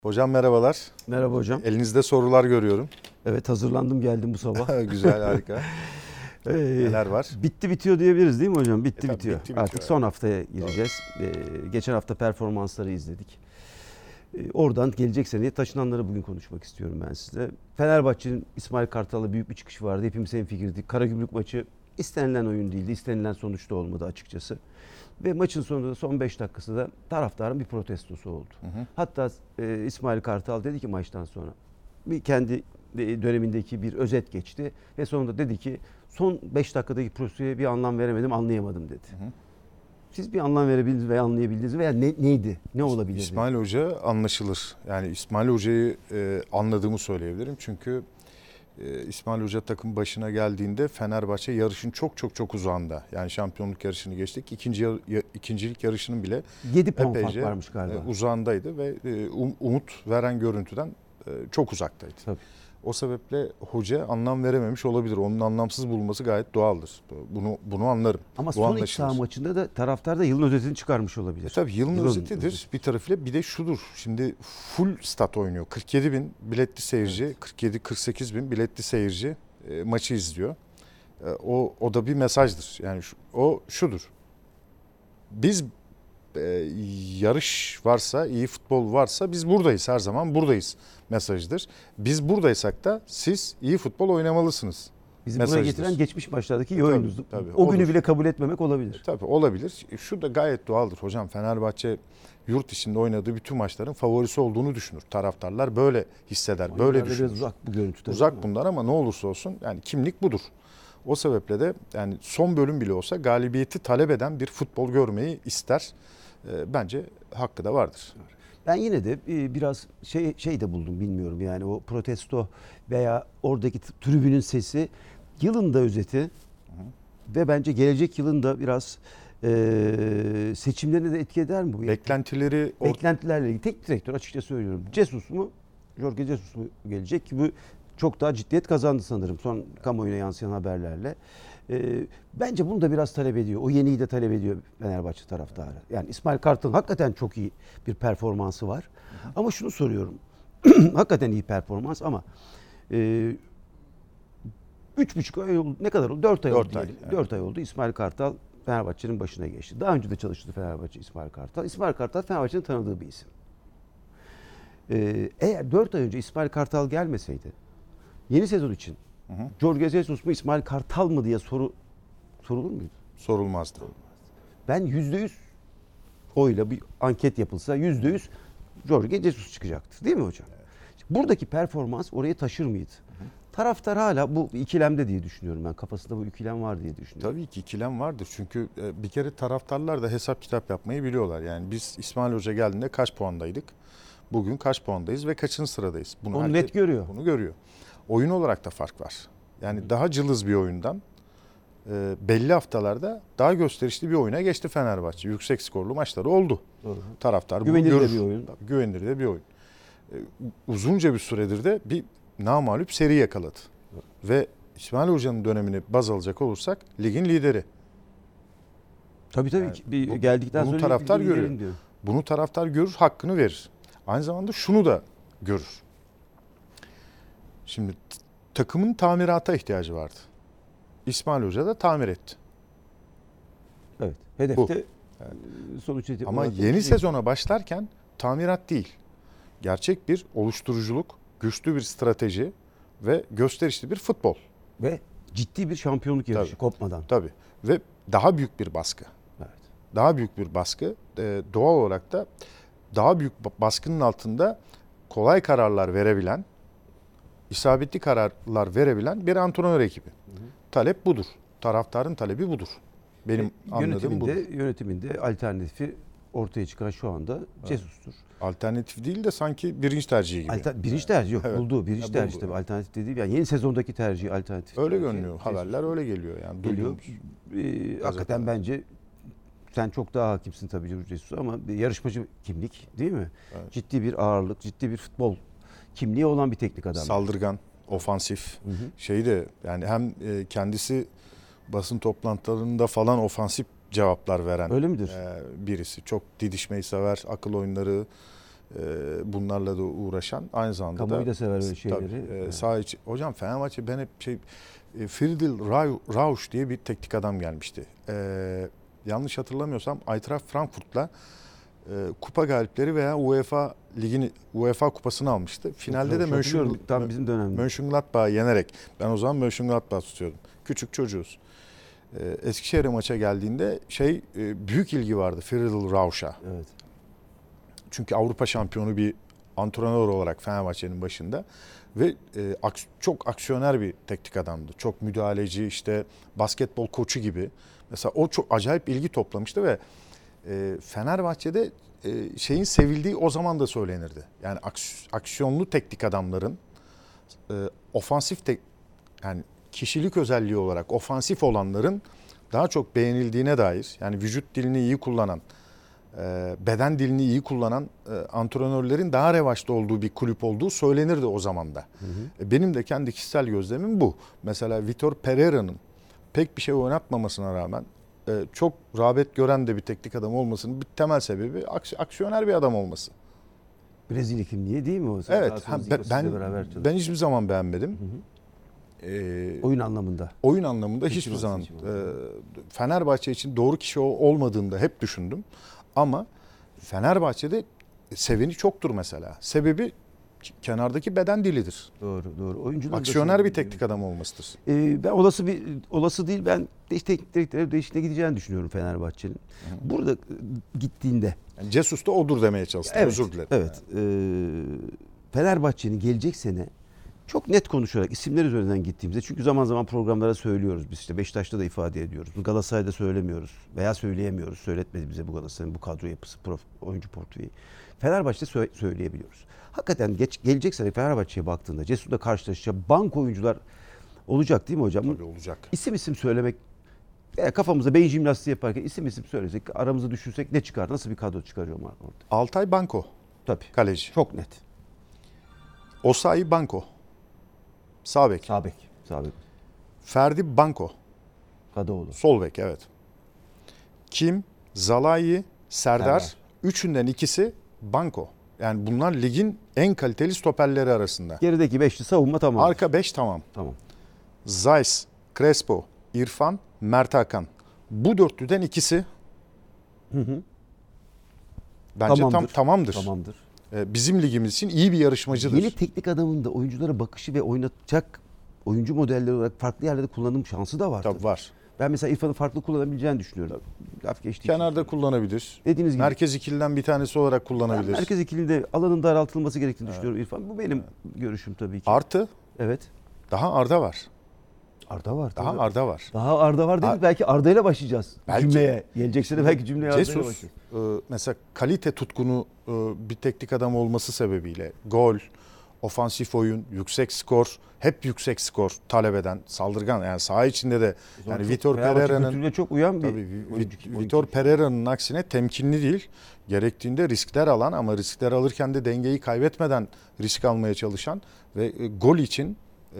Hocam merhabalar. Merhaba hocam. Elinizde sorular görüyorum. Evet, hazırlandım geldim bu sabah. Güzel, harika. Neler var? Bitti bitiyor diyebiliriz değil mi hocam? Bitti Tabii bitiyor. bitti bitiyor Artık son haftaya gireceğiz. Geçen hafta performansları izledik. Oradan gelecek seneye taşınanları bugün konuşmak istiyorum ben size. Fenerbahçe'nin İsmail Kartal'la büyük bir çıkışı vardı. Hepimiz hemfikirdik. Karagümrük maçı istenilen oyun değildi. İstenilen sonuçta olmadı açıkçası. Ve maçın sonunda da son 5 dakikası da taraftarın bir protestosu oldu. Hatta İsmail Kartal dedi ki maçtan sonra bir kendi dönemindeki bir özet geçti ve sonunda dedi ki son 5 dakikadaki protestoya bir anlam veremedim, anlayamadım dedi. Siz bir anlam verebildiniz veya anlayabildiniz veya neydi? Ne olabilir? İsmail Hoca anlaşılır. Yani İsmail Hoca'yı anladığımı söyleyebilirim. Çünkü İsmail Hoca takım başına geldiğinde Fenerbahçe yarışın çok uzağında. Yani şampiyonluk yarışını geçtik. İkincilik yarışının bile 7 puan fark epeyce varmış galiba. uzağındaydı ve umut veren görüntüden çok uzaktaydı. Tabii. O sebeple hoca anlam verememiş olabilir. Onun anlamsız bulunması gayet doğaldır. Bunu anlarım. Ama Bu son iç saha maçında da taraftar da yılın özetini çıkarmış olabilir. Tabii yılın özetidir bir tarafıyla, bir de şudur. Şimdi full stat oynuyor. 47 bin biletli seyirci, evet. 47-48 bin biletli seyirci maçı izliyor. O da bir mesajdır. Yani şudur. Biz yarış varsa, iyi futbol varsa biz buradayız, her zaman buradayız mesajıdır. Biz buradaysak da siz iyi futbol oynamalısınız. Bizi buraya getiren geçmiş maçlardaki iyi oyunuzdu. Tabii, o günü bile kabul etmemek olabilir. Tabii olabilir. Şu da gayet doğaldır hocam. Fenerbahçe yurt içinde oynadığı bütün maçların favorisi olduğunu düşünür. Taraftarlar böyle hisseder, böyle düşünür. Biraz uzak bu görüntü. Uzak bunlar ama ne olursa olsun yani kimlik budur. O sebeple de yani son bölüm bile olsa galibiyeti talep eden bir futbol görmeyi ister. Bence hakkı da vardır. Ben yine de biraz şey de buldum, bilmiyorum yani o protesto veya oradaki tribünün sesi yılın da özeti ve bence gelecek yılın da biraz seçimlerine de etki eder mi bu? Beklentilerle ilgili tek direktör açıkça söylüyorum. Jorge Jesus mu gelecek ki bu çok daha ciddiyet kazandı sanırım son kamuoyuna yansıyan haberlerle. Bence bunu da biraz talep ediyor. O yeniyi de talep ediyor Fenerbahçe taraftarı. Yani İsmail Kartal'ın hakikaten çok iyi bir performansı var. Ama şunu soruyorum. Hakikaten iyi performans ama 3,5 ay oldu. Ne kadar oldu? 4 ay oldu diyelim. 4 ay oldu. İsmail Kartal Fenerbahçe'nin başına geçti. Daha önce de çalıştı Fenerbahçe İsmail Kartal. İsmail Kartal Fenerbahçe'nin tanıdığı bir isim. Eğer 4 ay önce İsmail Kartal gelmeseydi yeni sezon için Jorge Jesus mu İsmail Kartal mı diye sorulur muydu? Sorulmazdı. Ben %100 oyla bir anket yapılsa %100 Jorge Jesus çıkacaktı. Değil mi hocam? Evet. Buradaki performans oraya taşır mıydı? Taraftar hala bu ikilemde diye düşünüyorum ben. Kafasında bu ikilem var diye düşünüyorum. Tabii ki ikilem vardır. Çünkü bir kere taraftarlar da hesap kitap yapmayı biliyorlar. Yani biz İsmail Hoca geldiğinde kaç puandaydık? Bugün kaç puandayız ve kaçıncı sıradayız? Onu net görüyor. Bunu görüyor. Oyun olarak da fark var. Yani daha cılız bir oyundan belli haftalarda daha gösterişli bir oyuna geçti Fenerbahçe. Yüksek skorlu maçları oldu. Doğru. Taraftar güvenilir de bir oyun. Güvenilir de bir oyun. Uzunca bir süredir de bir namağlup seri yakaladı. Evet. Ve İsmail Hoca'nın dönemini baz alacak olursak ligin lideri. Tabii yani geldikten sonra taraftar görüyor. Diyor. Bunu taraftar görür, hakkını verir. Aynı zamanda şunu da görür. Şimdi takımın tamirata ihtiyacı vardı. İsmail Hoca da tamir etti. Evet. Hedefte sonuç itibariyle. Ama yeni sezona başlarken tamirat değil. Gerçek bir oluşturuculuk, güçlü bir strateji ve gösterişli bir futbol. Ve ciddi bir şampiyonluk yarışı kopmadan. Tabii. Ve daha büyük bir baskı. Evet. Daha büyük bir baskı. Doğal olarak da daha büyük baskının altında kolay kararlar verebilen, isabetli kararlar verebilen bir antrenör ekibi. Talep budur. Taraftarın talebi budur. Benim anladığım budur. Yönetiminde alternatifi ortaya çıkan şu anda Jesus'tur. Alternatif değil de sanki birinci tercihi gibi. Birinci tercih yok. Evet. Bulduğu birinci tercih tabii. Alternatif dediği yani yeni sezondaki tercih alternatif. Öyle görünüyor. Haberler öyle geliyor yani. Geliyor. Hakikaten bence sen çok daha hakimsin tabii Jesus'a ama bir yarışmacı kimlik değil mi? Evet. Ciddi bir ağırlık, ciddi bir futbol kimliği olan bir teknik adam. Saldırgan, ofansif. Yani hem kendisi basın toplantılarında falan ofansif cevaplar veren öyle midir? Birisi. Çok didişmeyi sever, akıl oyunları bunlarla da uğraşan, aynı zamanda Kamuoyu da sever öyle tabii, şeyleri. saha içi. Hocam Fenerbahçe, ben hep Friedel Rausch diye bir teknik adam gelmişti. Yanlış hatırlamıyorsam Eintracht Frankfurt'la kupa galipleri veya UEFA kupasını almıştı. Finalde de tam bizim dönemde. Mönchengladbach'ı yenerek. Ben o zaman Mönchengladbach tutuyordum. Küçük çocuğuz. Eskişehir'e maça geldiğinde büyük ilgi vardı Friedel Rausch'a. Evet. Çünkü Avrupa şampiyonu bir antrenör olarak Fenerbahçe'nin başında ve çok aksiyoner bir teknik adamdı. Çok müdahaleci, işte basketbol koçu gibi. Mesela o çok acayip ilgi toplamıştı ve Fenerbahçe'de şeyin sevildiği o zaman da söylenirdi. Yani aksiyonlu teknik adamların ofansif yani kişilik özelliği olarak ofansif olanların daha çok beğenildiğine dair, yani vücut dilini iyi kullanan, beden dilini iyi kullanan antrenörlerin daha revaçta olduğu bir kulüp olduğu söylenirdi o zaman da. Benim de kendi kişisel gözlemim bu. Mesela Vitor Pereira'nın pek bir şey oynatmamasına rağmen çok rağbet gören de bir teknik adam olmasının bir temel sebebi aksiyoner bir adam olması. Brezilya kimliği değil mi o? Evet. Ben hiçbir zaman beğenmedim. Oyun anlamında. Oyun anlamında hiçbir zaman. Fenerbahçe için doğru kişi olmadığını da hep düşündüm. Ama Fenerbahçe'de seveni çoktur mesela. Sebebi kenardaki beden dilidir. Doğru. Oyuncular aksiyoner bir teknik adam olmasıdır. Ben olası değil, ben teknik direktörün değişikliğine gideceğini düşünüyorum Fenerbahçe'nin. Burada gittiğinde. Yani Jesus da odur demeye çalıştım. Evet, özür dilerim. Evet. Fenerbahçe'nin gelecek sene çok net konuşarak isimler üzerinden gittiğimizde, çünkü zaman zaman programlara söylüyoruz biz, işte Beşiktaş'ta da ifade ediyoruz. Galatasaray'da söylemiyoruz veya söyleyemiyoruz. Söyletmedi bize bu Galatasaray'ın bu kadro yapısı, oyuncu portföyü. Fenerbahçe'de söyleyebiliyoruz. Hakikaten gelecek sene Fenerbahçe'ye baktığında Cesur'la karşılaşacağı bank oyuncular olacak değil mi hocam? Tabii olacak. İsim söylemek, kafamıza beyin jimnastiği yaparken isim söylesek, aramızda düşünsek ne çıkar? Nasıl bir kadro çıkarıyor orada? Altay Banko. Tabii. Kaleci. Çok net. Osayi Banko. Sağ bek. Sağ bek. Ferdi Banko. Kadıoğlu. Sol bek, evet. Kim, Zalai, Serdar. Üçünden ikisi Banko. Yani bunlar ligin en kaliteli stoperleri arasında. Gerideki beşli savunma tamam. Arka 5 tamam. Tamam. Zeiss, Crespo, İrfan, Mert Hakan. Bu dörtlüden ikisi bence tamamdır. Tamamdır. Bizim ligimiz için iyi bir yarışmacıdır. Yeni teknik adamın da oyunculara bakışı ve oynatacak oyuncu modelleri olarak farklı yerlerde kullanım şansı da var. Tabii var. Ben mesela İrfan'ı farklı kullanabileceğini düşünüyorum. Laf geçti. Kenarda kullanabilir. Dediğiniz gibi. Merkez ikiliden bir tanesi olarak kullanabilir. Merkez ikilide alanın daraltılması gerektiğini düşünüyorum İrfan. Bu benim görüşüm tabii ki. Artı. Evet. Daha Arda var. Arda var. Daha Arda var. Daha Arda var değil mi? Belki Arda ile başlayacağız cümleye. Gelecek sene belki cümleye Arda ile başlayacağız. Mesela kalite tutkunu bir teknik adam olması sebebiyle gol, ofansif oyun, yüksek skor, hep yüksek skor talep eden, saldırgan, yani saha içinde de yani Vitor Pereira'nın çok uyan bir Vitor Pereira'nın aksine temkinli değil. Gerektiğinde riskler alan ama riskler alırken de dengeyi kaybetmeden risk almaya çalışan ve gol için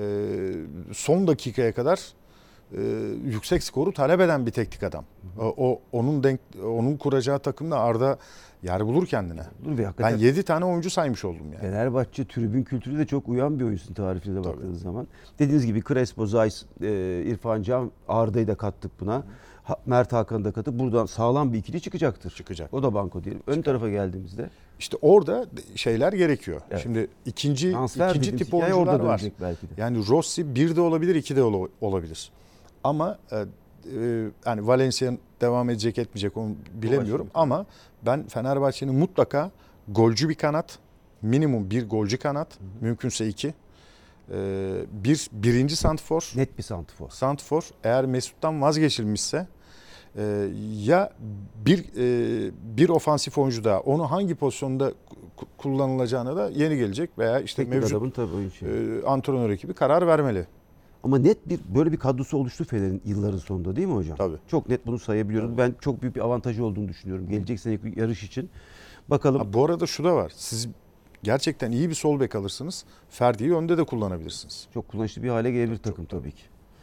son dakikaya kadar yüksek skoru talep eden bir teknik adam. Onun kuracağı takımda Arda yer bulur kendine. Ben 7 tane oyuncu saymış oldum yani. Fenerbahçe tribün kültürü de çok uyan bir oyuncusun tarifine de baktığınız zaman. Dediğiniz gibi Crespo, Zeiss, İrfan Can, Arda'yı da kattık buna. Mert Hakan'ı da kattık. Buradan sağlam bir ikili çıkacaktır. Çıkacak. O da banko diyelim. Ön tarafa geldiğimizde. İşte orada şeyler gerekiyor. Evet. Şimdi ikinci tip oyuncular oyuncular var. Belki de. Yani Rossi 1 de olabilir, 2 de olabilir. Ama yani Valencia devam edecek etmeyecek onu bilemiyorum. Ama ben Fenerbahçe'nin mutlaka golcü bir kanat, minimum bir golcü kanat, mümkünse 2. Birinci santrfor. Net bir santrfor. Santrfor eğer Mesut'tan vazgeçilmişse ya bir ofansif oyuncu daha, onu hangi pozisyonda kullanılacağına da yeni gelecek veya işte mevcut antrenör ekibi karar vermeli. Ama net böyle bir kadrosu oluştu Fener'in yılların sonunda değil mi hocam? Tabii. Çok net bunu sayabiliyoruz. Tabii. Ben çok büyük bir avantajı olduğunu düşünüyorum. Gelecek seneki yarış için. Bakalım. Bu arada şu da var. Siz gerçekten iyi bir sol bek alırsınız. Ferdi'yi önde de kullanabilirsiniz. Çok kullanışlı bir hale gelebilir takım tabii ki.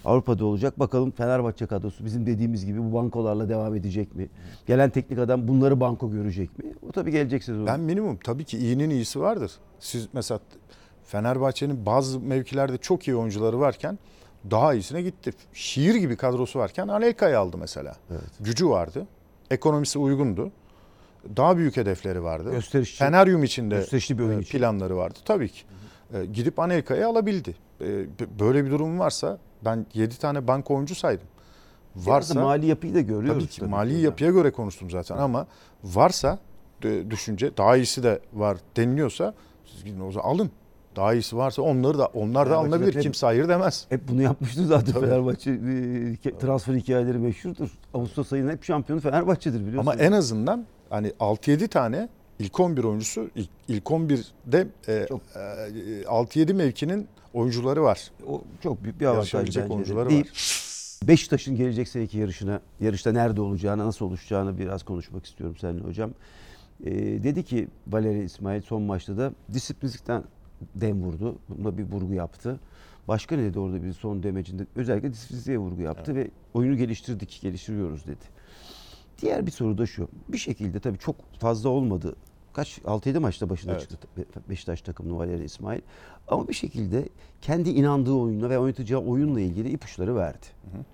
Avrupa'da olacak. Bakalım Fenerbahçe kadrosu bizim dediğimiz gibi bu bankolarla devam edecek mi? Gelen teknik adam bunları banko görecek mi? O tabii gelecek sezon. Ben minimum tabii ki iyinin iyisi vardır. Siz mesela Fenerbahçe'nin bazı mevkilerde çok iyi oyuncuları varken daha iyisine gitti. Şiir gibi kadrosu varken Anelka'yı aldı mesela. Evet. Gücü vardı. Ekonomisi uygundu. Daha büyük hedefleri vardı. Gösterişçi. Feneryum içinde Gösterişli bir oyun için. planları vardı tabii ki. Gidip Anelka'yı alabildi. Böyle bir durum varsa ben 7 tane banka oyuncu saydım. Varsa mali yapıyı da görüyoruz. Tabii ki mali yapıya göre konuştum zaten ama varsa düşünce daha iyisi de var deniliyorsa siz gidin o zaman alın. Daha iyisi varsa onlar da alınabilir. Kimse hayır demez. Hep bunu yapmıştı zaten Tabii. Fenerbahçe. Transfer hikayeleri meşhurdur. Ağustos ayının hep şampiyonu Fenerbahçe'dir biliyorsunuz. Ama en azından hani 6-7 tane ilk 11 oyuncusu ilk 11'de 6-7 mevkinin oyuncuları var. O çok büyük bir avantaj Yarışabilecek bence. oyuncuları Değil. var. Beşiktaş'ın gelecek seneki yarışta nerede olacağını, nasıl oluşacağını biraz konuşmak istiyorum seninle hocam. Dedi ki Valeri İsmail son maçta da disiplinlikten dem vurdu. Bunda bir vurgu yaptı. Başka ne dedi orada bir son demecinde? Özellikle disiplinliğe vurgu yaptı ve oyunu geliştiriyoruz dedi. Diğer bir soru da şu. Bir şekilde tabii çok fazla olmadı. 6-7 maçta başına çıktı Beşiktaş takımının Valeri İsmail. Ama bir şekilde kendi inandığı oyunla ve oynatacağı oyunla ilgili ipuçları verdi.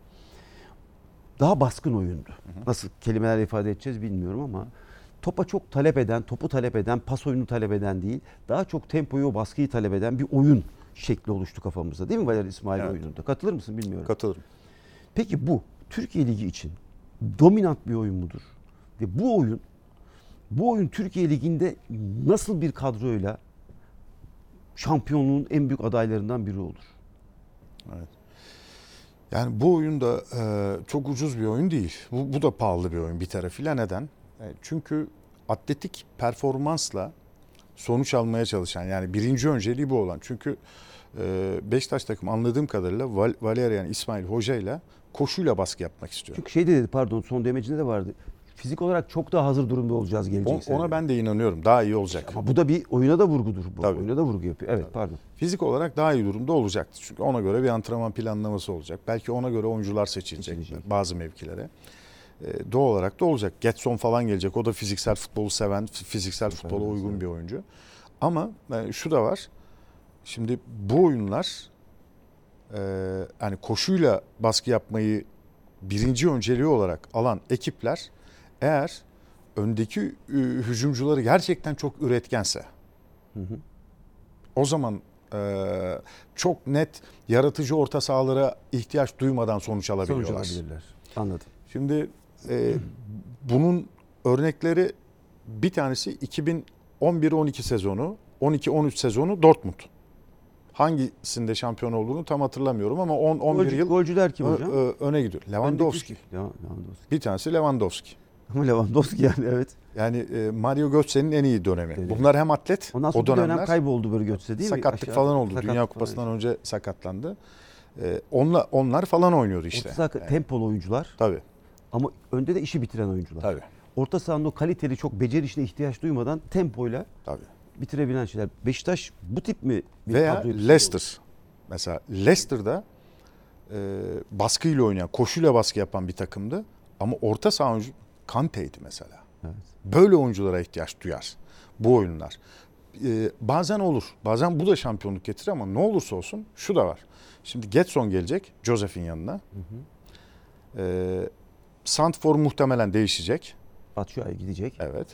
Daha baskın oyundu. Nasıl kelimelerle ifade edeceğiz bilmiyorum ama topu talep eden, pas oyunu talep eden değil, daha çok tempoyu, o baskıyı talep eden bir oyun şekli oluştu kafamızda. Değil mi Valeri İsmail oyununda? Katılır mısın bilmiyorum. Katılırım. Peki bu Türkiye Ligi için dominant bir oyun mudur? Ve bu oyun Türkiye Ligi'nde nasıl bir kadroyla şampiyonluğun en büyük adaylarından biri olur? Evet. Yani bu oyun da çok ucuz bir oyun değil. Bu da pahalı bir oyun bir tarafıyla. Neden? Çünkü atletik performansla sonuç almaya çalışan, yani birinci önceliği bu olan. Çünkü Beşiktaş takım anladığım kadarıyla Valerian İsmail Hoca ile koşuyla baskı yapmak istiyor. Çünkü dedi son demecinde de vardı. Fizik olarak çok daha hazır durumda olacağız gelecek sene. Ona ben de inanıyorum. Daha iyi olacak. Ama bu da bir oyuna da vurgudur. Tabii. Oyuna da vurgu yapıyor. Evet, pardon. Fizik olarak daha iyi durumda olacaktır. Çünkü ona göre bir antrenman planlaması olacak. Belki ona göre oyuncular seçilecek bazı mevkilere. Doğal olarak da olacak. Getson falan gelecek. O da fiziksel futbolu seven, fiziksel futbola uygun bir oyuncu. Ama şu da var. Şimdi bu oyunlar hani koşuyla baskı yapmayı birinci önceliği olarak alan ekipler eğer öndeki hücumcuları gerçekten çok üretkense o zaman çok net yaratıcı orta sahalara ihtiyaç duymadan sonuç alabiliyorlar. Anladım. Şimdi bunun örnekleri bir tanesi 2011-12 sezonu, 12-13 sezonu Dortmund. Hangisinde şampiyon olduğunu tam hatırlamıyorum ama 11 yıl golcüler kim hocam? Öne gidiyor. Lewandowski. Bir tanesi Lewandowski. Ama Lewandowski yani evet. Yani Mario Götze'nin en iyi dönemi. Evet. Bunlar hem atlet, ondan sonra o dönemler dönem kayboldu böyle Götze değil mi? Sakatlık falan oldu. Dünya Kupası'ndan önce sakatlandı. Onlar falan oynuyordu işte. Orta tempolu oyuncular. Tabii. Ama önde de işi bitiren oyuncular. Tabii. Orta sahanın o kaliteli çok becerişine ihtiyaç duymadan tempoyla bitirebilen şeyler. Beşiktaş bu tip mi? Veya Leicester. Mesela Leicester'da baskıyla oynayan, koşuyla baskı yapan bir takımdı. Ama orta saha oyuncu Kante'ydi mesela. Evet. Böyle oyunculara ihtiyaç duyar bu oyunlar. Bazen olur. Bazen bu da şampiyonluk getirir ama ne olursa olsun şu da var. Şimdi Getson gelecek Joseph'in yanına. Santfor muhtemelen değişecek. Batshuayi gidecek. Evet.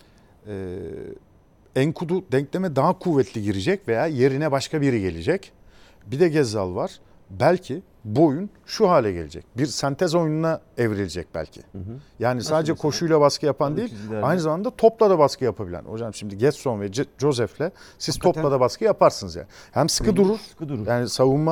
Enkudu denkleme daha kuvvetli girecek veya yerine başka biri gelecek. Bir de Gezzal var. Belki bu oyun şu hale gelecek. Bir sentez oyununa evrilecek belki. Yani nasıl sadece mesela? Koşuyla baskı yapan değil, aynı zamanda topla da baskı yapabilen. Hocam şimdi Getson ve Joseph'le siz hakikaten topla da baskı yaparsınız yani. Hem sıkı durur. Yani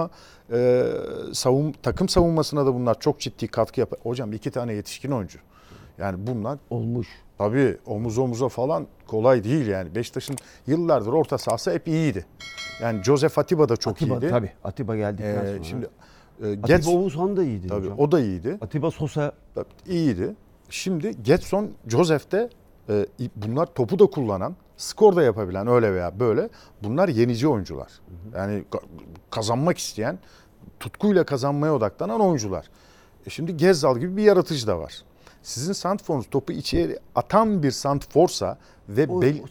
takım savunmasına da bunlar çok ciddi katkı yapar. Hocam 2 tane yetişkin oyuncu. Yani bunlar olmuş. Tabii omuz omuza falan kolay değil yani. Beşiktaş'ın yıllardır orta sahası hep iyiydi. Yani Joseph Atiba da çok iyiydi. Tabii. Atiba geldikten sonra. Şimdi Atiba Oğuzhan da iyiydi tabii, hocam. o da iyiydi. Atiba Sosa iyiydi. Şimdi Getson, Joseph de bunlar topu da kullanan, skor da yapabilen öyle veya böyle. Bunlar yenici oyuncular. Yani kazanmak isteyen, tutkuyla kazanmaya odaklanan oyuncular. Şimdi Gezzal gibi bir yaratıcı da var. Sizin santrforunuz topu içeri atan bir santrforsa ve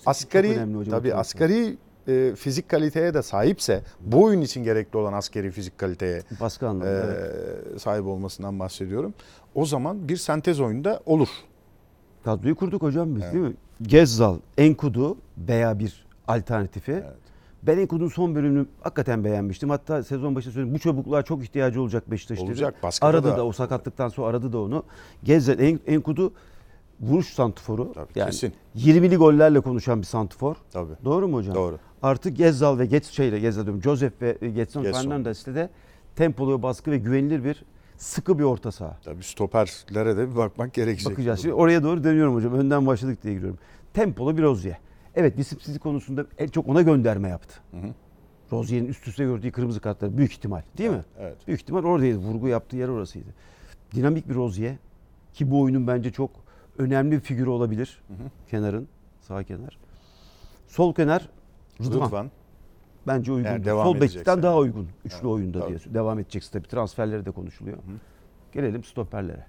asgari fizik kaliteye de sahipse, bu oyun için gerekli olan askeri fizik kaliteye baskı anlamında sahip olmasından bahsediyorum. O zaman bir sentez oyunda olur. Kadroyu kurduk hocam biz, değil mi? Gezzal, Enkudu veya bir alternatifi. Evet. Ben Enkudu'nun son bölümünü hakikaten beğenmiştim. Hatta sezon başında söyledim, bu çabukluğa çok ihtiyacı olacak Beşiktaş'ta. Olacak. Aradı da o sakatlıktan sonra aradı da onu. Gezzal, Enkudu vuruş santiforu. Tabii, yani kesin. 20'li gollerle konuşan bir santifor. Tabii. Doğru mu hocam? Doğru. Artık Gezzal ve Joseph ve Getson Fernandes'te de tempolu baskı ve güvenilir bir sıkı bir orta saha. Tabii stoperlere de bir bakmak gerekecek. Bakacağız. Şimdi oraya doğru dönüyorum hocam. Önden başladık diye giriyorum. Tempolu bir Rozier. Evet, disiplinsizlik konusunda en çok ona gönderme yaptı. Rozier'in üst üste gördüğü kırmızı kartları büyük ihtimal, değil mi? Evet. Büyük ihtimal oradaydı. Vurgu yaptığı yer orasıydı. Dinamik bir Rozier ki bu oyunun bence çok önemli bir figürü olabilir. Kenarın, sağ kenar. Sol kenar Rıdvan. Bence uygun. Yani Sol bekten daha uygun. Üçlü evet, oyunda tabii. diye devam edeceksin tabii. Transferleri de konuşuluyor. Gelelim stoperlere.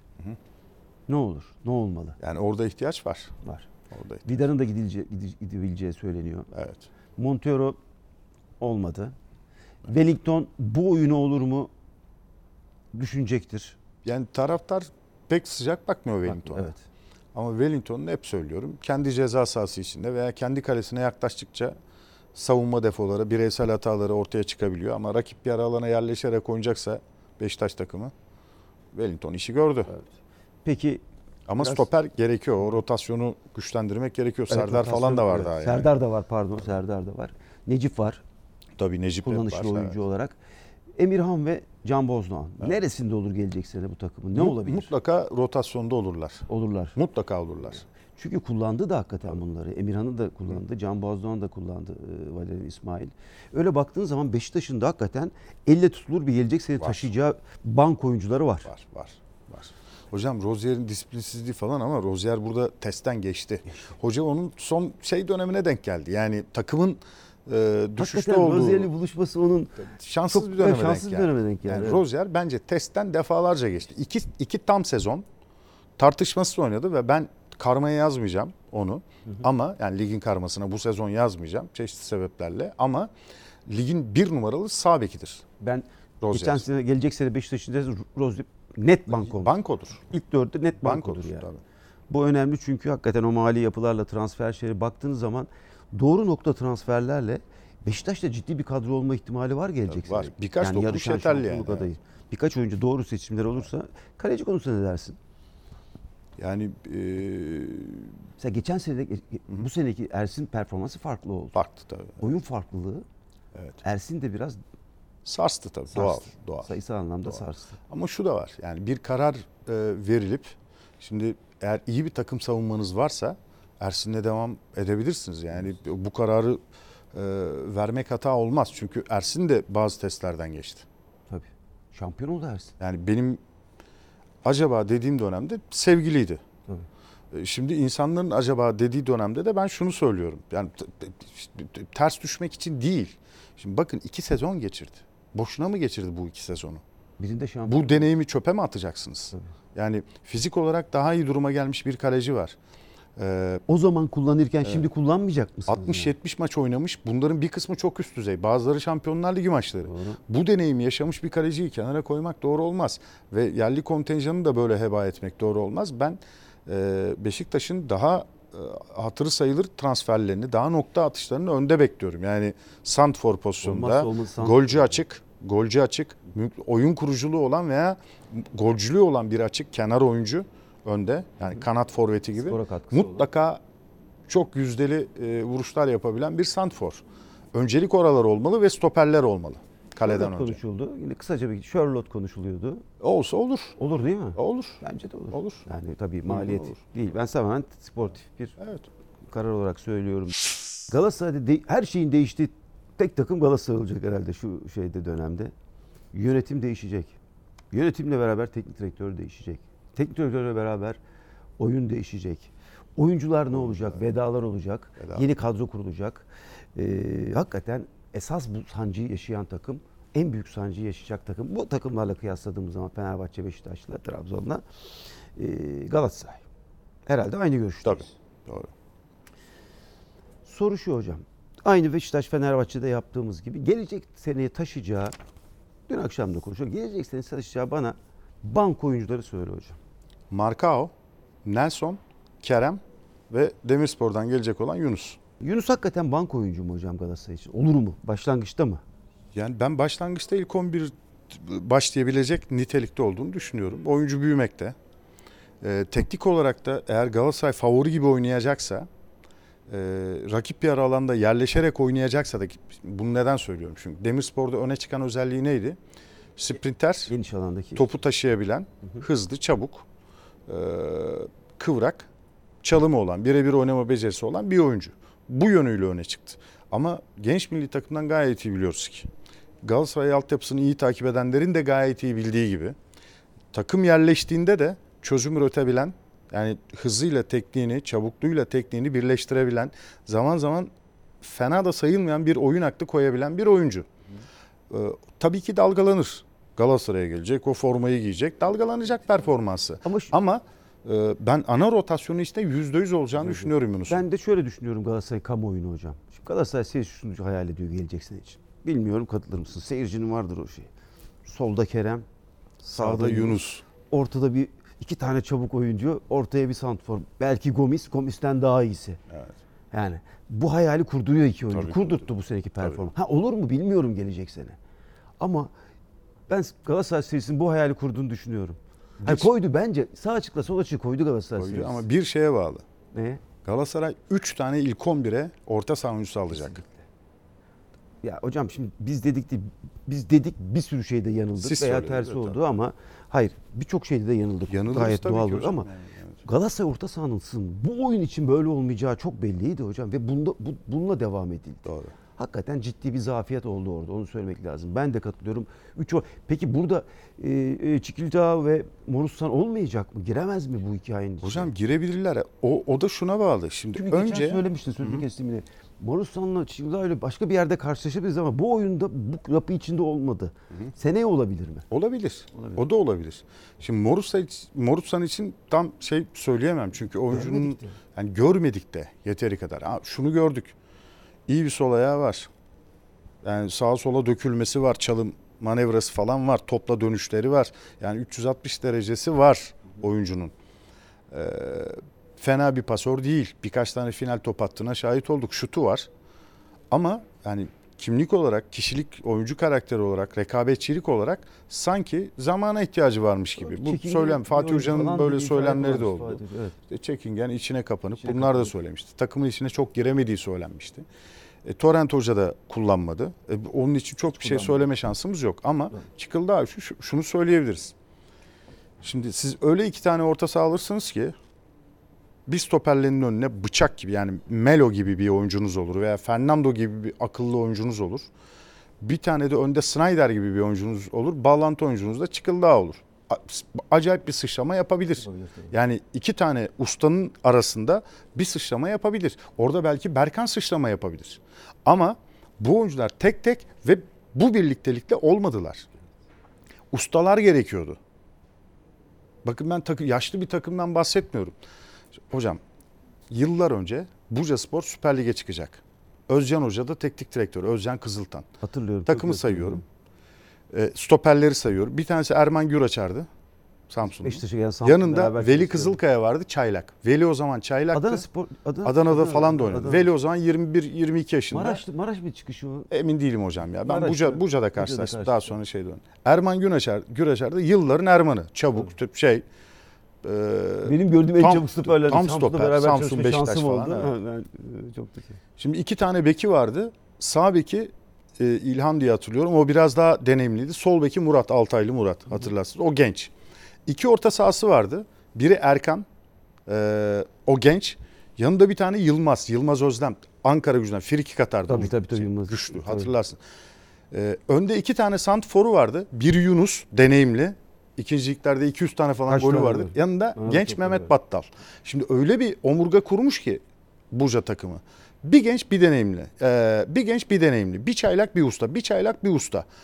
Ne olur? Ne olmalı? Yani orada ihtiyaç var. Var. Orada. Vida'nın da gidebileceği söyleniyor. Evet. Montero olmadı. Wellington bu oyunu olur mu düşünecektir. Yani taraftar pek sıcak bakmıyor Wellington'a. Evet. Ama Wellington'u hep söylüyorum. Kendi ceza sahası içinde veya kendi kalesine yaklaştıkça savunma defoları, bireysel hataları ortaya çıkabiliyor. Ama rakip bir alana yerleşerek oynayacaksa Beşiktaş takımı Wellington işi gördü. Evet. Peki ama biraz stoper gerekiyor. O rotasyonu güçlendirmek gerekiyor. Evet, Serdar falan da var daha yani. Serdar da var, pardon. Serdar da var. Necip var. Tabii Necip kullanışlı var, oyuncu olarak. Emirhan ve Can Bozdoğan. Evet. Neresinde olur gelecek sene bu takımın? Ne olabilir? Mutlaka rotasyonda olurlar. Olurlar. Mutlaka olurlar. Çünkü kullandı da hakikaten bunları. Emirhan'ı da kullandı. Can Bozdoğan da kullandı. Valerian İsmail. Öyle baktığın zaman Beşiktaş'ın da hakikaten elle tutulur bir gelecek sene taşıyacağı bank oyuncuları var. Var. Hocam Rozier'in disiplinsizliği falan ama Rozier burada testten geçti. Hoca onun son dönemine denk geldi. Yani takımın düşüşte olduğu. Rozier'le buluşması onun şanssız bir döneme denk geldi. Yani Rozier bence testten defalarca geçti. İki tam sezon tartışmasız oynadı ve ben karmaya yazmayacağım onu. Ama yani ligin karmasına bu sezon yazmayacağım çeşitli sebeplerle. Ama ligin bir numaralı sağ bekidir. Ben Rozier. Geçen sene gelecek sene Beşiktaş'ın Rozier net bankodur. İlk dörtte net bankodur yani. Tabii. Bu önemli çünkü hakikaten o mali yapılarla transfer şeyleri baktığınız zaman doğru nokta transferlerle Beşiktaş'ta ciddi bir kadro olma ihtimali var gelecek sene. Var. Birkaç yani dokunuş yeterli yani. Adayı. Birkaç oyuncu doğru seçimler olursa kaleci konusunda ne dersin? Yani mesela geçen sene bu seneki Ersin performansı farklı oldu. Farklı tabii. Oyun farklılığı. Evet. Ersin de biraz sarstı tabii. Doğal. Sayısal anlamda sarstı. Ama şu da var. Yani bir karar verilip şimdi eğer iyi bir takım savunmanız varsa Ersin'le devam edebilirsiniz. Yani bu kararı vermek hata olmaz. Çünkü Ersin de bazı testlerden geçti. Tabii. Şampiyon oldu Ersin. Yani benim acaba dediğim dönemde sevgiliydi. Tabii. Şimdi insanların acaba dediği dönemde de ben şunu söylüyorum. Yani ters düşmek için değil. Şimdi bakın 2 sezon geçirdi. Boşuna mı geçirdi bu 2 sezonu? Birinde şampiyon. Bu deneyimi çöpe mi atacaksınız? Tabii. Yani fizik olarak daha iyi duruma gelmiş bir kaleci var. O zaman kullanırken şimdi kullanmayacak mısınız? 60-70 maç oynamış. Bunların bir kısmı çok üst düzey. Bazıları Şampiyonlar Ligi maçları. Doğru. Bu deneyimi yaşamış bir kaleciyi kenara koymak doğru olmaz. Ve yerli kontenjanı da böyle heba etmek doğru olmaz. Ben Beşiktaş'ın daha hatırı sayılır transferlerini, daha nokta atışlarını önde bekliyorum. Yani santfor pozisyonunda golcü açık, oyun kuruculuğu olan veya golcülüğü olan bir açık kenar oyuncu önde. Yani kanat forveti gibi. Mutlaka çok yüzdeli vuruşlar yapabilen bir santfor. Öncelik oralar olmalı ve stoperler olmalı. Kaleden önce. Konuşuldu. Yine kısaca bir Charlotte konuşuluyordu. Olsa olur. Olur değil mi? Olur. Bence de olur. Olur. Yani tabii maliyeti değil. Ben tamamen sportif bir evet. karar olarak söylüyorum. Galatasaray'da her şeyin değiştiği tek takım Galatasaray olacak herhalde şu dönemde. Yönetim değişecek. Yönetimle beraber teknik direktör değişecek. Teknik direktörle beraber oyun değişecek. Oyuncular ne olacak? Vedalar olacak. Yeni kadro kurulacak. Hakikaten esas bu sancıyı yaşayan takım en büyük sancıyı yaşayacak takım. Bu takımlarla kıyasladığımız zaman Fenerbahçe, Beşiktaş'la, Trabzon'la Galatasaray. Herhalde aynı görüşteyiz. Tabii. Doğru. Soru şu hocam. Aynı Beşiktaş Fenerbahçe'de yaptığımız gibi gelecek seneye taşıyacağı, dün akşam da konuşuyor. Gelecek seneye taşıyacağı bana bank oyuncuları söyle hocam. Marcao, Nelson, Kerem ve Demirspor'dan gelecek olan Yunus. Yunus hakikaten bank oyuncu mu hocam Galatasaray için? Olur mu? Başlangıçta mı? Yani ben başlangıçta ilk 11 başlayabilecek nitelikte olduğunu düşünüyorum. Oyuncu büyümekte. Teknik olarak da eğer Galatasaray favori gibi oynayacaksa, rakip yarı alanda yerleşerek oynayacaksa da, bunu neden söylüyorum? Çünkü Demirspor'da öne çıkan özelliği neydi? Sprinter, Geniş alandaki. topu taşıyabilen, hızlı, çabuk, kıvrak, çalımı olan, birebir oynama becerisi olan bir oyuncu. Bu yönüyle öne çıktı. Ama genç milli takımdan gayet iyi biliyoruz ki, Galatasaray altyapısını iyi takip edenlerin de gayet iyi bildiği gibi, takım yerleştiğinde de çözüm üretebilen, yani hızıyla tekniğini, çabukluğuyla tekniğini birleştirebilen, zaman zaman fena da sayılmayan bir oyun aklı koyabilen bir oyuncu. Tabii ki dalgalanır. Galatasaray'a gelecek, o formayı giyecek, dalgalanacak performansı. Ama ben ana rotasyonu işte %100 olacağını düşünüyorum Yunus'un. Ben de şöyle düşünüyorum Galatasaray kamuoyunu hocam. Şimdi Galatasaray seyircisini hayal ediyor gelecek sene için. Bilmiyorum katılır mısın? Seyircinin vardır o şey. Solda Kerem, Sağda Yunus. Ortada iki tane çabuk oyuncu, ortaya bir santrfor. Belki Gomis'ten daha iyisi. Evet. Yani bu hayali kurduruyor iki oyuncu. Tabii, kurdurttu bu seneki performans. Olur mu bilmiyorum gelecek sene. Ama ben Galatasaray serisinin bu hayali kurduğunu düşünüyorum. Koydu bence. Sağ açıkla sol açık koydu Galatasaray serisi. Ama bir şeye bağlı. Ne? Galatasaray 3 tane ilk 11'e orta saha oyuncusu alacak. Kesinlikle. Ya hocam şimdi biz dedik bir sürü şeyde yanıldık Siz veya tersi oldu ama hayır birçok şeyde de yanıldık. Yanılırız gayet tabii doğal ki ama hocam. Galatasaray orta sahanın bu oyun için böyle olmayacağı çok belliydi hocam ve bununla devam edildi. Doğru. Hakikaten ciddi bir zafiyet oldu orada. Onu söylemek lazım. Ben de katılıyorum. Peki burada Çikilta ve Morussan olmayacak mı? Giremez mi bu hikayenin içine? Hocam girebilirler. O da şuna bağlı. Şimdi Çünkü önce geçen söylemiştin sözünü kestim yine. Morussan'la Çikilta öyle başka bir yerde karşılaşabiliriz ama bu oyunda bu yapı içinde olmadı. Seneye olabilir mi? Olabilir. O da olabilir. Şimdi Morussan için tam söyleyemem. Çünkü oyuncunun yani görmedik de yeteri kadar. Şunu gördük. İyi bir sol ayağı var. Yani sağa sola dökülmesi var. Çalım manevrası falan var. Topla dönüşleri var. Yani 360 derecesi var oyuncunun. Fena bir pasör değil. Birkaç tane final top attığına şahit olduk. Şutu var. Ama yani kimlik olarak, kişilik, oyuncu karakteri olarak, rekabetçilik olarak sanki zamana ihtiyacı varmış gibi. Bu söylem Fatih Hoca'nın böyle söylemleri de oldu. Evet. İşte çekingen, içine kapanıp bunlar da söylemişti. Takımın içine çok giremediği söylenmişti. Torrent Hoca da kullanmadı. Onun için çok bir şey söyleme şansımız yok. Ama Çıkıldağ şunu söyleyebiliriz. Şimdi siz öyle iki tane orta saha alırsınız ki bir stoperlerin önüne bıçak gibi, yani Melo gibi bir oyuncunuz olur veya Fernando gibi bir akıllı oyuncunuz olur. Bir tane de önde Snyder gibi bir oyuncunuz olur. Bağlantı oyuncunuz da Çıkıldağ olur. Acayip bir sıçrama yapabilir. Yani iki tane ustanın arasında bir sıçrama yapabilir. Orada belki Berkan sıçrama yapabilir. Ama bu oyuncular tek tek ve bu birliktelikte olmadılar. Ustalar gerekiyordu. Bakın ben yaşlı bir takımdan bahsetmiyorum. Hocam yıllar önce Bucaspor Süper Lig'e çıkacak. Özcan Hoca da teknik direktörü Özcan Kızıltan. Hatırlıyorum. Takımı sayıyorum. Stoperleri sayıyorum. Bir tanesi Erman Güraçar'dı. Samsun'da. Yanında Veli Kızılkaya vardı, Çaylak. Veli o zaman Çaylak'tı. Adana'da falan da oynadı. Veli o zaman 21-22 yaşında. Maraş bir çıkışı o. Emin değilim hocam ya. Ben Buca'da karşılaştım. Daha sonra döndü. Erman Güraçar da yılların Erman'ı. Çabuk, benim gördüğüm en çabuk stoperler. Tam stoper. Samsun, Beşiktaş falan. Evet. Çok Şimdi iki tane beki vardı. Sağ beki İlhan diye hatırlıyorum. O biraz daha deneyimliydi. Sol beki Murat, Altaylı Murat, hatırlarsınız. O genç. İki orta sahası vardı. Biri Erkan, o genç. Yanında bir tane Yılmaz Özlem. Ankara Gücü'nden frikik atardı. Tabii Yılmaz. Güçlü, hatırlarsın. Önde iki tane santrforu vardı. Biri Yunus, deneyimli. İkinci liglerde 200 tane falan golü vardı. Yanında genç Mehmet Battal. Şimdi öyle bir omurga kurmuş ki Buca takımı. Bir genç bir deneyimli. Bir genç bir deneyimli. Bir çaylak bir usta. Bir çaylak bir usta.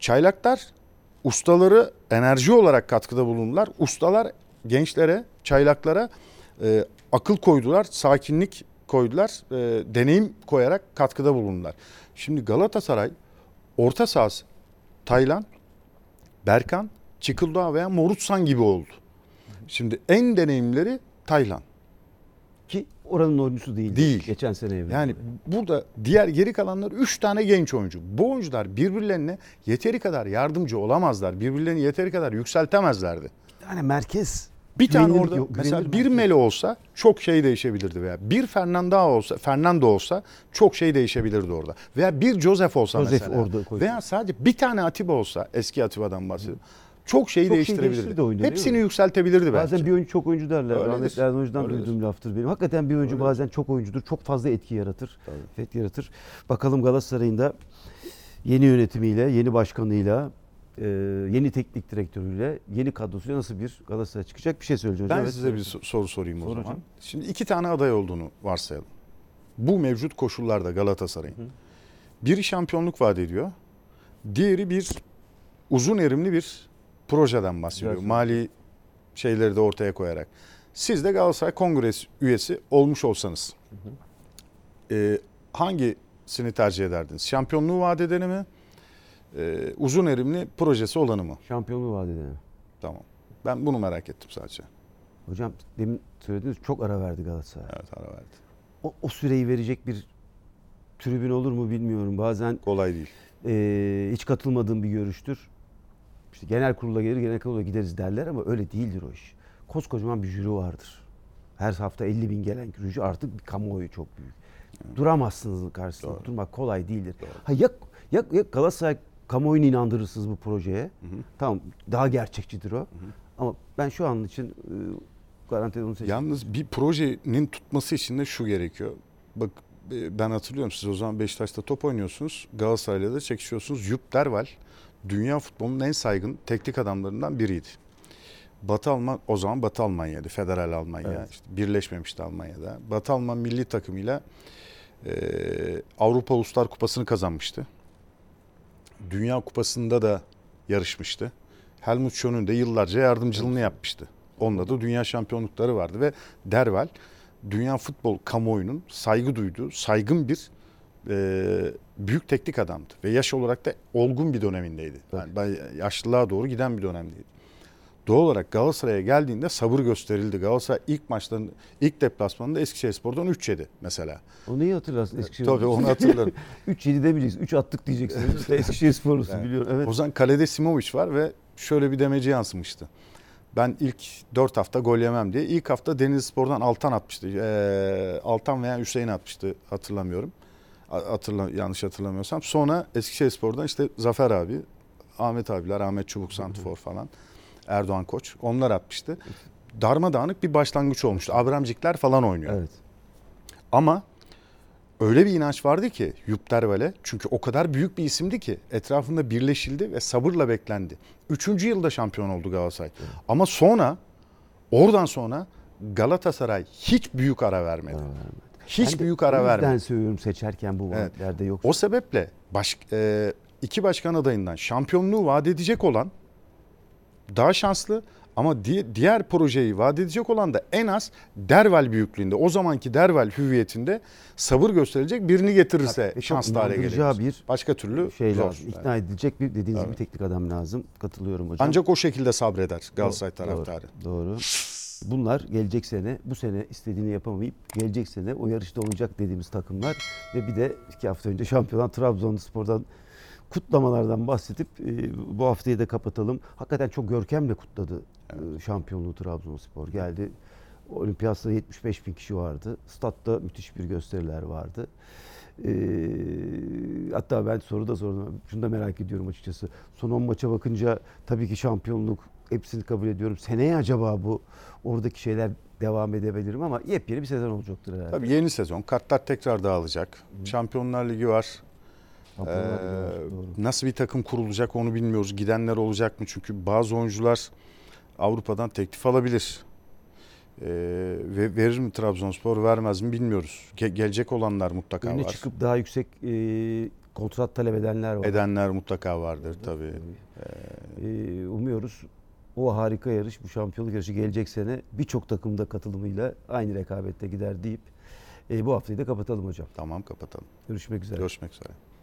Çaylaklar ustaları enerji olarak katkıda bulundular. Ustalar gençlere, çaylaklara akıl koydular, sakinlik koydular, deneyim koyarak katkıda bulundular. Şimdi Galatasaray orta sahası Taylan, Berkan, Çıkıldağ veya Morutsan gibi oldu. Şimdi en deneyimleri Taylan. Ki oranın oyuncusu değil. Değil. Geçen sene evinde. Yani burada diğer geri kalanlar 3 tane genç oyuncu. Bu oyuncular birbirlerine yeteri kadar yardımcı olamazlar. Birbirlerini yeteri kadar yükseltemezlerdi. Bir tane merkez. Bir tane Güvenilir orada yok, mesela güvenilir bir merkez. Melo olsa çok şey değişebilirdi veya bir Fernando olsa çok şey değişebilirdi orada. Veya bir Josef olsa mesela. Orada koydu. Veya sadece bir tane Atiba olsa, eski Atiba'dan bahsediyorum. Çok şeyi Çok şey değiştirebilirdi. değiştirdi oyunu, değil Hepsini mi? yükseltebilirdi belki. Bazen bir oyuncu çok oyuncu derler. Öyledir. Rahmetli Erdoğan Hoca'dan Öyledir. duyduğum laftır benim. Hakikaten bir oyuncu bazen çok oyuncudur. Çok fazla etki yaratır. Etki yaratır. Bakalım Galatasaray'ın da yeni yönetimiyle, yeni başkanıyla, yeni teknik direktörüyle, yeni kadrosuyla nasıl bir Galatasaray çıkacak, bir şey söyleyeceğim hocam. Ben Evet, size bir soru sorayım o Sor zaman. hocam. Şimdi 2 tane aday olduğunu varsayalım. Bu mevcut koşullarda Galatasaray'ın. Biri şampiyonluk vaat ediyor. Diğeri bir uzun erimli bir projeden bahsediyor. Güzel. Mali şeyleri de ortaya koyarak. Siz de Galatasaray Kongresi üyesi olmuş olsanız hangisini tercih ederdiniz? Şampiyonluğu vaat edeni mi? Uzun erimli projesi olanı mı? Şampiyonluğu vaat edene. Tamam. Ben bunu merak ettim sadece. Hocam demin söylediğiniz çok ara verdi Galatasaray. Evet, ara verdi. O süreyi verecek bir tribün olur mu bilmiyorum. Bazen Kolay değil. hiç katılmadığım bir görüştür. İşte genel kurula gelir, genel kurula gideriz derler ama öyle değildir o iş. Koskocaman bir jüri vardır. Her hafta 50 bin gelen jüri, artık bir kamuoyu çok büyük. Duramazsınız karşısında. Doğru. Durmak kolay değildir. Doğru. Ha ya Galatasaray kamuoyunu inandırırsınız bu projeye. Tamam, daha gerçekçidir o. Ama ben şu an için garantide onu seçtim. Yalnız bir projenin tutması için de şu gerekiyor. Bak ben hatırlıyorum, siz o zaman Beşiktaş'ta top oynuyorsunuz. Galatasaray'la da çekişiyorsunuz. Jupp Derwall dünya futbolunun en saygın teknik adamlarından biriydi. O zaman Batı Almanya'ydı. Federal Almanya. Evet. İşte birleşmemişti Almanya'da. Batı Alman milli takımıyla Avrupa Uluslar Kupası'nı kazanmıştı. Dünya Kupası'nda da yarışmıştı. Helmut Schön'ün de yıllarca yardımcılığını yapmıştı. Onda da dünya şampiyonlukları vardı ve Derwall dünya futbol kamuoyunun saygı duyduğu, saygın bir büyük teknik adamdı. Ve yaş olarak da olgun bir dönemindeydi. Yani yaşlılığa doğru giden bir dönemdeydi. Doğal olarak Galatasaray'a geldiğinde sabır gösterildi. Galatasaray ilk deplasmanında Eskişehirspor'dan 3 yedi mesela. Onu iyi hatırlarsın Eskişehir. Tabii onu hatırlarım. 3-7 demeyeceksin. 3 attık diyeceksiniz. İşte Eskişehir sporlusu Yani, biliyorum. Evet. O zaman kalede Simovic var ve şöyle bir demeci yansımıştı. Ben ilk 4 hafta gol yemem diye. İlk hafta Denizlispor'dan Altan atmıştı. Altan veya Hüseyin atmıştı, hatırlamıyorum. Yanlış hatırlamıyorsam. Sonra Eskişehirspor'dan işte Zafer abi, Ahmet abiler, Ahmet Çubuk Santifor falan, Erdoğan Koç, onlar atmıştı. Darmadağınık bir başlangıç olmuştu. Abramcikler falan oynuyor. Evet. Ama öyle bir inanç vardı ki Jupp Derwall'e, çünkü o kadar büyük bir isimdi ki etrafında birleşildi ve sabırla beklendi. 3. yılda şampiyon oldu Galatasaray. Evet. Ama oradan sonra Galatasaray hiç büyük ara vermedi. Hiç büyük ara vermedi. Ben söylüyorum, seçerken bu vaatlerde yok. O sebeple iki başkan adayından şampiyonluğu vaat edecek olan daha şanslı, ama diğer projeyi vaat edecek olan da en az Derwall büyüklüğünde, o zamanki Derwall hüviyetinde sabır gösterecek birini getirirse şanslı hale gelir. Başka türlü şey zor. lazım. İkna edilecek bir, dediğiniz gibi, teknik adam lazım. Katılıyorum hocam. Ancak o şekilde sabreder Galatasaray taraftarı. Doğru. Bunlar gelecek sene, bu sene istediğini yapamayıp gelecek sene o yarışta olacak dediğimiz takımlar ve bir de 2 hafta önce şampiyon olan Trabzonspor'dan kutlamalardan bahsedip bu haftayı da kapatalım. Hakikaten çok görkemle kutladı şampiyonluğu Trabzonspor. Geldi, Olimpiyat'ta 75 bin kişi vardı. Statta müthiş bir gösteriler vardı. Hatta ben soru da sordum. Şunu da merak ediyorum açıkçası. Son 10 maça bakınca tabii ki şampiyonluk, hepsini kabul ediyorum. Seneye acaba oradaki şeyler devam edebilirim ama yepyeni bir sezon olacaktır herhalde. Tabii yeni sezon. Kartlar tekrar dağılacak. Şampiyonlar Ligi var. Nasıl bir takım kurulacak onu bilmiyoruz. Gidenler olacak mı? Çünkü bazı oyuncular Avrupa'dan teklif alabilir. Ve verir mi Trabzonspor, vermez mi bilmiyoruz. Gelecek olanlar mutlaka Öne var. çıkıp daha yüksek kontrat talep edenler var. Edenler mutlaka vardır tabii. Umuyoruz o harika yarış, bu şampiyonluk yarışı gelecek sene birçok takımda katılımıyla aynı rekabette gider deyip bu haftayı da kapatalım hocam. Tamam, kapatalım. Görüşmek üzere. Görüşmek üzere.